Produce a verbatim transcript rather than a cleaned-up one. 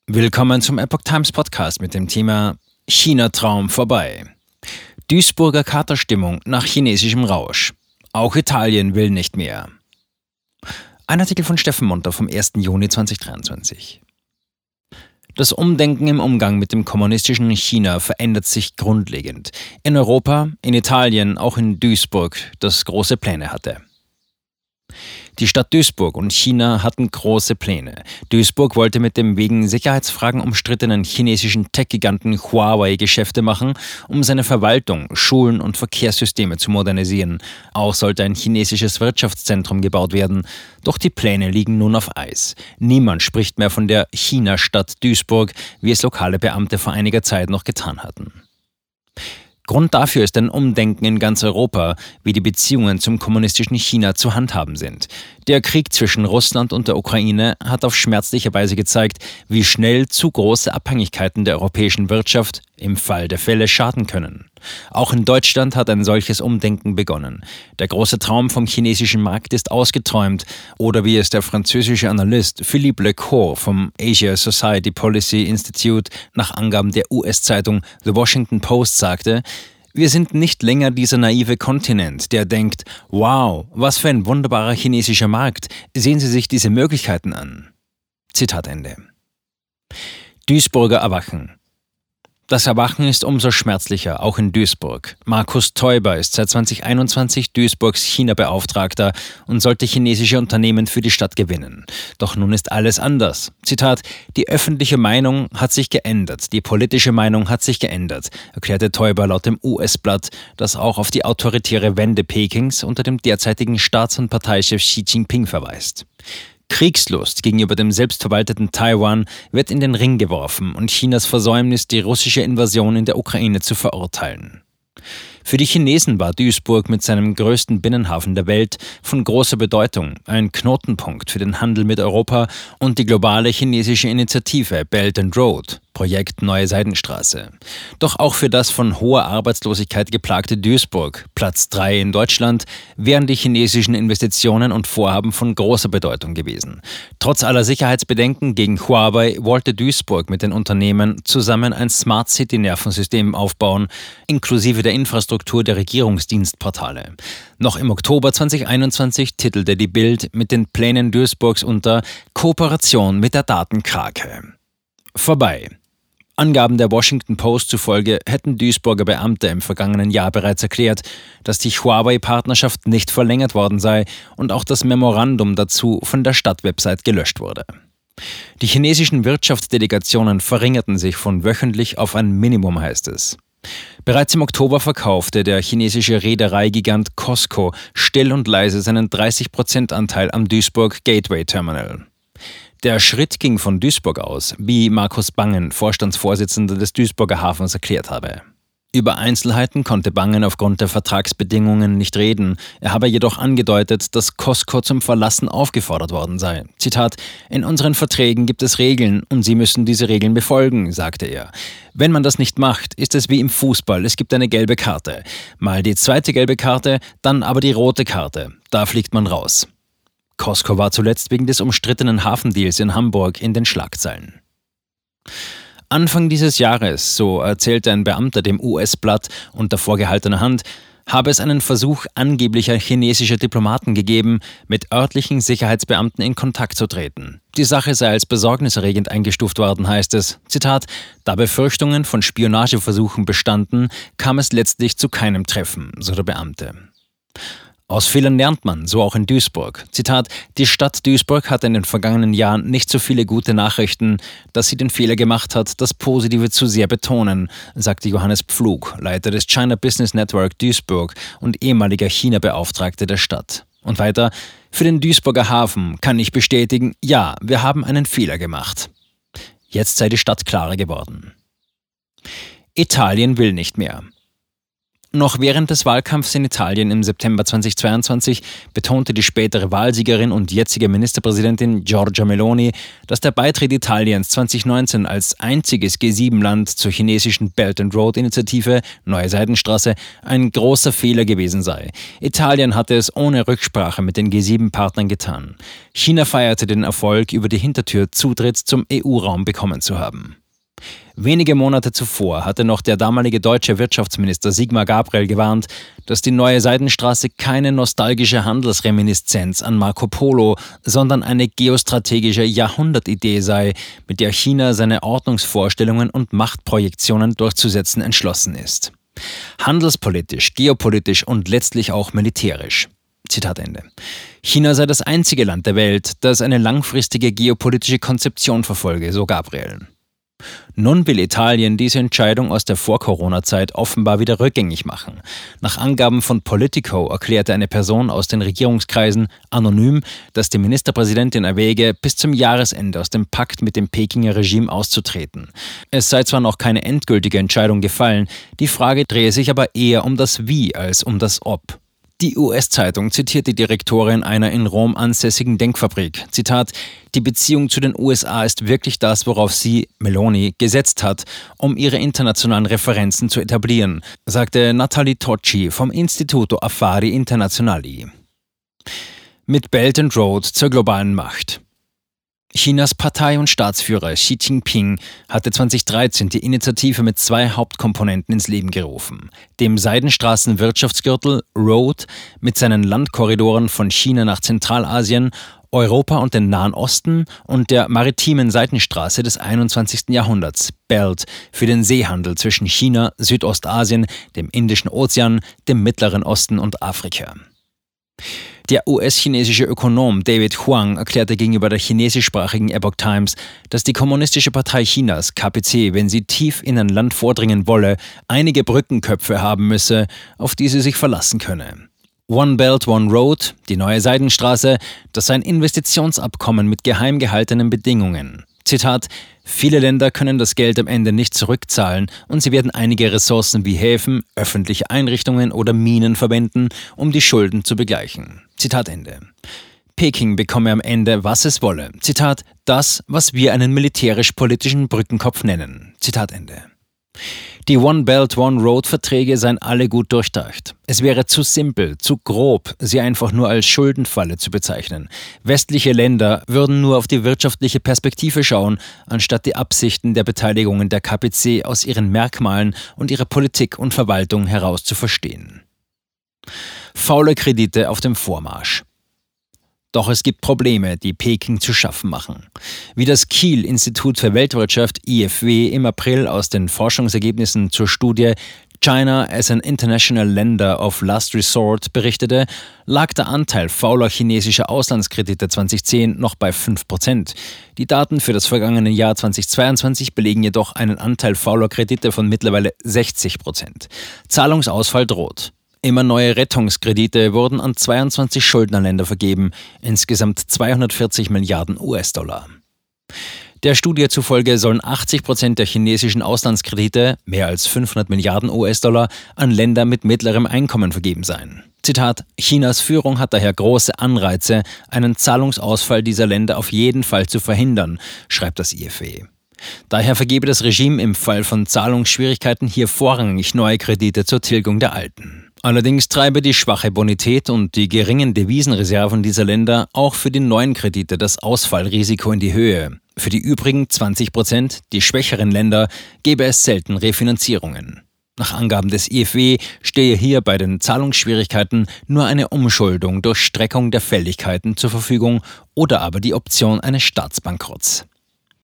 Willkommen zum Epoch Times Podcast mit dem Thema China-Traum vorbei. Duisburger Katerstimmung nach chinesischem Rausch. Auch Italien will nicht mehr. Ein Artikel von Steffen Munter vom ersten Juni zweitausenddreiundzwanzig. Das Umdenken im Umgang mit dem kommunistischen China verändert sich grundlegend. In Europa, in Italien, auch in Duisburg, das große Pläne hatte. Die Stadt Duisburg und China hatten große Pläne. Duisburg wollte mit dem wegen Sicherheitsfragen umstrittenen chinesischen Tech-Giganten Huawei Geschäfte machen, um seine Verwaltung, Schulen und Verkehrssysteme zu modernisieren. Auch sollte ein chinesisches Wirtschaftszentrum gebaut werden. Doch die Pläne liegen nun auf Eis. Niemand spricht mehr von der China-Stadt Duisburg, wie es lokale Beamte vor einiger Zeit noch getan hatten. Grund dafür ist ein Umdenken in ganz Europa, wie die Beziehungen zum kommunistischen China zu handhaben sind. Der Krieg zwischen Russland und der Ukraine hat auf schmerzliche Weise gezeigt, wie schnell zu große Abhängigkeiten der europäischen Wirtschaft im Fall der Fälle schaden können. Auch in Deutschland hat ein solches Umdenken begonnen. Der große Traum vom chinesischen Markt ist ausgeträumt, oder wie es der französische Analyst Philippe Lecourt vom Asia Society Policy Institute nach Angaben der U S-Zeitung The Washington Post sagte: Wir sind nicht länger dieser naive Kontinent, der denkt, wow, was für ein wunderbarer chinesischer Markt, sehen Sie sich diese Möglichkeiten an. Zitat Ende. Duisburger Erwachen. Das Erwachen ist umso schmerzlicher, auch in Duisburg. Markus Teuber ist seit zweitausendeinundzwanzig Duisburgs China-Beauftragter und sollte chinesische Unternehmen für die Stadt gewinnen. Doch nun ist alles anders. Zitat: Die öffentliche Meinung hat sich geändert, die politische Meinung hat sich geändert, erklärte Teuber laut dem U S-Blatt, das auch auf die autoritäre Wende Pekings unter dem derzeitigen Staats- und Parteichef Xi Jinping verweist. Kriegslust gegenüber dem selbstverwalteten Taiwan wird in den Ring geworfen und Chinas Versäumnis, die russische Invasion in der Ukraine zu verurteilen. Für die Chinesen war Duisburg mit seinem größten Binnenhafen der Welt von großer Bedeutung, ein Knotenpunkt für den Handel mit Europa und die globale chinesische Initiative Belt and Road, Projekt Neue Seidenstraße. Doch auch für das von hoher Arbeitslosigkeit geplagte Duisburg, Platz drei in Deutschland, wären die chinesischen Investitionen und Vorhaben von großer Bedeutung gewesen. Trotz aller Sicherheitsbedenken gegen Huawei wollte Duisburg mit den Unternehmen zusammen ein Smart City-Nervensystem aufbauen, inklusive der Infrastruktur der Regierungsdienstportale. Noch im Oktober zweitausendeinundzwanzig titelte die Bild mit den Plänen Duisburgs unter Kooperation mit der Datenkrake. Vorbei. Angaben der Washington Post zufolge hätten Duisburger Beamte im vergangenen Jahr bereits erklärt, dass die Huawei-Partnerschaft nicht verlängert worden sei und auch das Memorandum dazu von der Stadtwebsite gelöscht wurde. Die chinesischen Wirtschaftsdelegationen verringerten sich von wöchentlich auf ein Minimum, heißt es. Bereits im Oktober verkaufte der chinesische Reedereigigant COSCO still und leise seinen dreißig Prozent Anteil am Duisburg Gateway Terminal. Der Schritt ging von Duisburg aus, wie Markus Bangen, Vorstandsvorsitzender des Duisburger Hafens, erklärt habe. Über Einzelheiten konnte Bangen aufgrund der Vertragsbedingungen nicht reden. Er habe jedoch angedeutet, dass COSCO zum Verlassen aufgefordert worden sei. Zitat: In unseren Verträgen gibt es Regeln und Sie müssen diese Regeln befolgen, sagte er. Wenn man das nicht macht, ist es wie im Fußball, es gibt eine gelbe Karte. Mal die zweite gelbe Karte, dann aber die rote Karte. Da fliegt man raus. COSCO war zuletzt wegen des umstrittenen Hafendeals in Hamburg in den Schlagzeilen. Anfang dieses Jahres, so erzählte ein Beamter dem U S-Blatt unter vorgehaltener Hand, habe es einen Versuch angeblicher chinesischer Diplomaten gegeben, mit örtlichen Sicherheitsbeamten in Kontakt zu treten. Die Sache sei als besorgniserregend eingestuft worden, heißt es. Zitat: Da Befürchtungen von Spionageversuchen bestanden, kam es letztlich zu keinem Treffen, so der Beamte. Aus Fehlern lernt man, so auch in Duisburg. Zitat: Die Stadt Duisburg hatte in den vergangenen Jahren nicht so viele gute Nachrichten, dass sie den Fehler gemacht hat, das Positive zu sehr betonen, sagte Johannes Pflug, Leiter des China Business Network Duisburg und ehemaliger China-Beauftragter der Stadt. Und weiter: Für den Duisburger Hafen kann ich bestätigen, ja, wir haben einen Fehler gemacht. Jetzt sei die Stadt klarer geworden. Italien will nicht mehr. Noch während des Wahlkampfs in Italien im September zweitausendzweiundzwanzig betonte die spätere Wahlsiegerin und jetzige Ministerpräsidentin Giorgia Meloni, dass der Beitritt Italiens zweitausendneunzehn als einziges G sieben Land zur chinesischen Belt and Road Initiative Neue Seidenstraße ein großer Fehler gewesen sei. Italien hatte es ohne Rücksprache mit den G sieben Partnern getan. China feierte den Erfolg, über die Hintertür Zutritt zum E U-Raum bekommen zu haben. Wenige Monate zuvor hatte noch der damalige deutsche Wirtschaftsminister Sigmar Gabriel gewarnt, dass die Neue Seidenstraße keine nostalgische Handelsreminiszenz an Marco Polo, sondern eine geostrategische Jahrhundertidee sei, mit der China seine Ordnungsvorstellungen und Machtprojektionen durchzusetzen entschlossen ist. Handelspolitisch, geopolitisch und letztlich auch militärisch. Zitat Ende. China sei das einzige Land der Welt, das eine langfristige geopolitische Konzeption verfolge, so Gabriel. Nun will Italien diese Entscheidung aus der Vor-Corona-Zeit offenbar wieder rückgängig machen. Nach Angaben von Politico erklärte eine Person aus den Regierungskreisen anonym, dass die Ministerpräsidentin erwäge, bis zum Jahresende aus dem Pakt mit dem Pekinger Regime auszutreten. Es sei zwar noch keine endgültige Entscheidung gefallen, die Frage drehe sich aber eher um das Wie als um das Ob. Die U S-Zeitung zitiert die Direktorin einer in Rom ansässigen Denkfabrik. Zitat: Die Beziehung zu den U S A ist wirklich das, worauf sie, Meloni, gesetzt hat, um ihre internationalen Referenzen zu etablieren, sagte Nathalie Tocci vom Istituto Affari Internazionali. Mit Belt and Road zur globalen Macht. Chinas Partei- und Staatsführer Xi Jinping hatte zweitausenddreizehn die Initiative mit zwei Hauptkomponenten ins Leben gerufen: dem Seidenstraßen-Wirtschaftsgürtel Road mit seinen Landkorridoren von China nach Zentralasien, Europa und den Nahen Osten und der maritimen Seidenstraße des einundzwanzigsten Jahrhunderts Belt für den Seehandel zwischen China, Südostasien, dem Indischen Ozean, dem Mittleren Osten und Afrika. Der U S-chinesische Ökonom David Huang erklärte gegenüber der chinesischsprachigen Epoch Times, dass die Kommunistische Partei Chinas, K P C, wenn sie tief in ein Land vordringen wolle, einige Brückenköpfe haben müsse, auf die sie sich verlassen könne. One Belt, One Road, die Neue Seidenstraße, das sei ein Investitionsabkommen mit geheim gehaltenen Bedingungen. Zitat: Viele Länder können das Geld am Ende nicht zurückzahlen und sie werden einige Ressourcen wie Häfen, öffentliche Einrichtungen oder Minen verwenden, um die Schulden zu begleichen. Zitat Ende. Peking bekomme am Ende, was es wolle. Zitat: Das, was wir einen militärisch-politischen Brückenkopf nennen. Zitat Ende. Die One Belt, One Road Verträge seien alle gut durchdacht. Es wäre zu simpel, zu grob, sie einfach nur als Schuldenfalle zu bezeichnen. Westliche Länder würden nur auf die wirtschaftliche Perspektive schauen, anstatt die Absichten der Beteiligungen der K P C aus ihren Merkmalen und ihrer Politik und Verwaltung heraus zu verstehen. Faule Kredite auf dem Vormarsch. Doch es gibt Probleme, die Peking zu schaffen machen. Wie das Kiel-Institut für Weltwirtschaft I F W im April aus den Forschungsergebnissen zur Studie China as an International Lender of Last Resort berichtete, lag der Anteil fauler chinesischer Auslandskredite zweitausendzehn noch bei fünf Prozent. Die Daten für das vergangene Jahr zweitausendzweiundzwanzig belegen jedoch einen Anteil fauler Kredite von mittlerweile sechzig Prozent. Zahlungsausfall droht. Immer neue Rettungskredite wurden an zweiundzwanzig Schuldnerländer vergeben, insgesamt zweihundertvierzig Milliarden U S-Dollar. Der Studie zufolge sollen achtzig Prozent der chinesischen Auslandskredite, mehr als fünfhundert Milliarden U S-Dollar, an Länder mit mittlerem Einkommen vergeben sein. Zitat: Chinas Führung hat daher große Anreize, einen Zahlungsausfall dieser Länder auf jeden Fall zu verhindern, schreibt das I F W. Daher vergebe das Regime im Fall von Zahlungsschwierigkeiten hier vorrangig neue Kredite zur Tilgung der alten. Allerdings treibe die schwache Bonität und die geringen Devisenreserven dieser Länder auch für die neuen Kredite das Ausfallrisiko in die Höhe. Für die übrigen zwanzig Prozent, die schwächeren Länder, gebe es selten Refinanzierungen. Nach Angaben des I F W stehe hier bei den Zahlungsschwierigkeiten nur eine Umschuldung durch Streckung der Fälligkeiten zur Verfügung oder aber die Option eines Staatsbankrotts.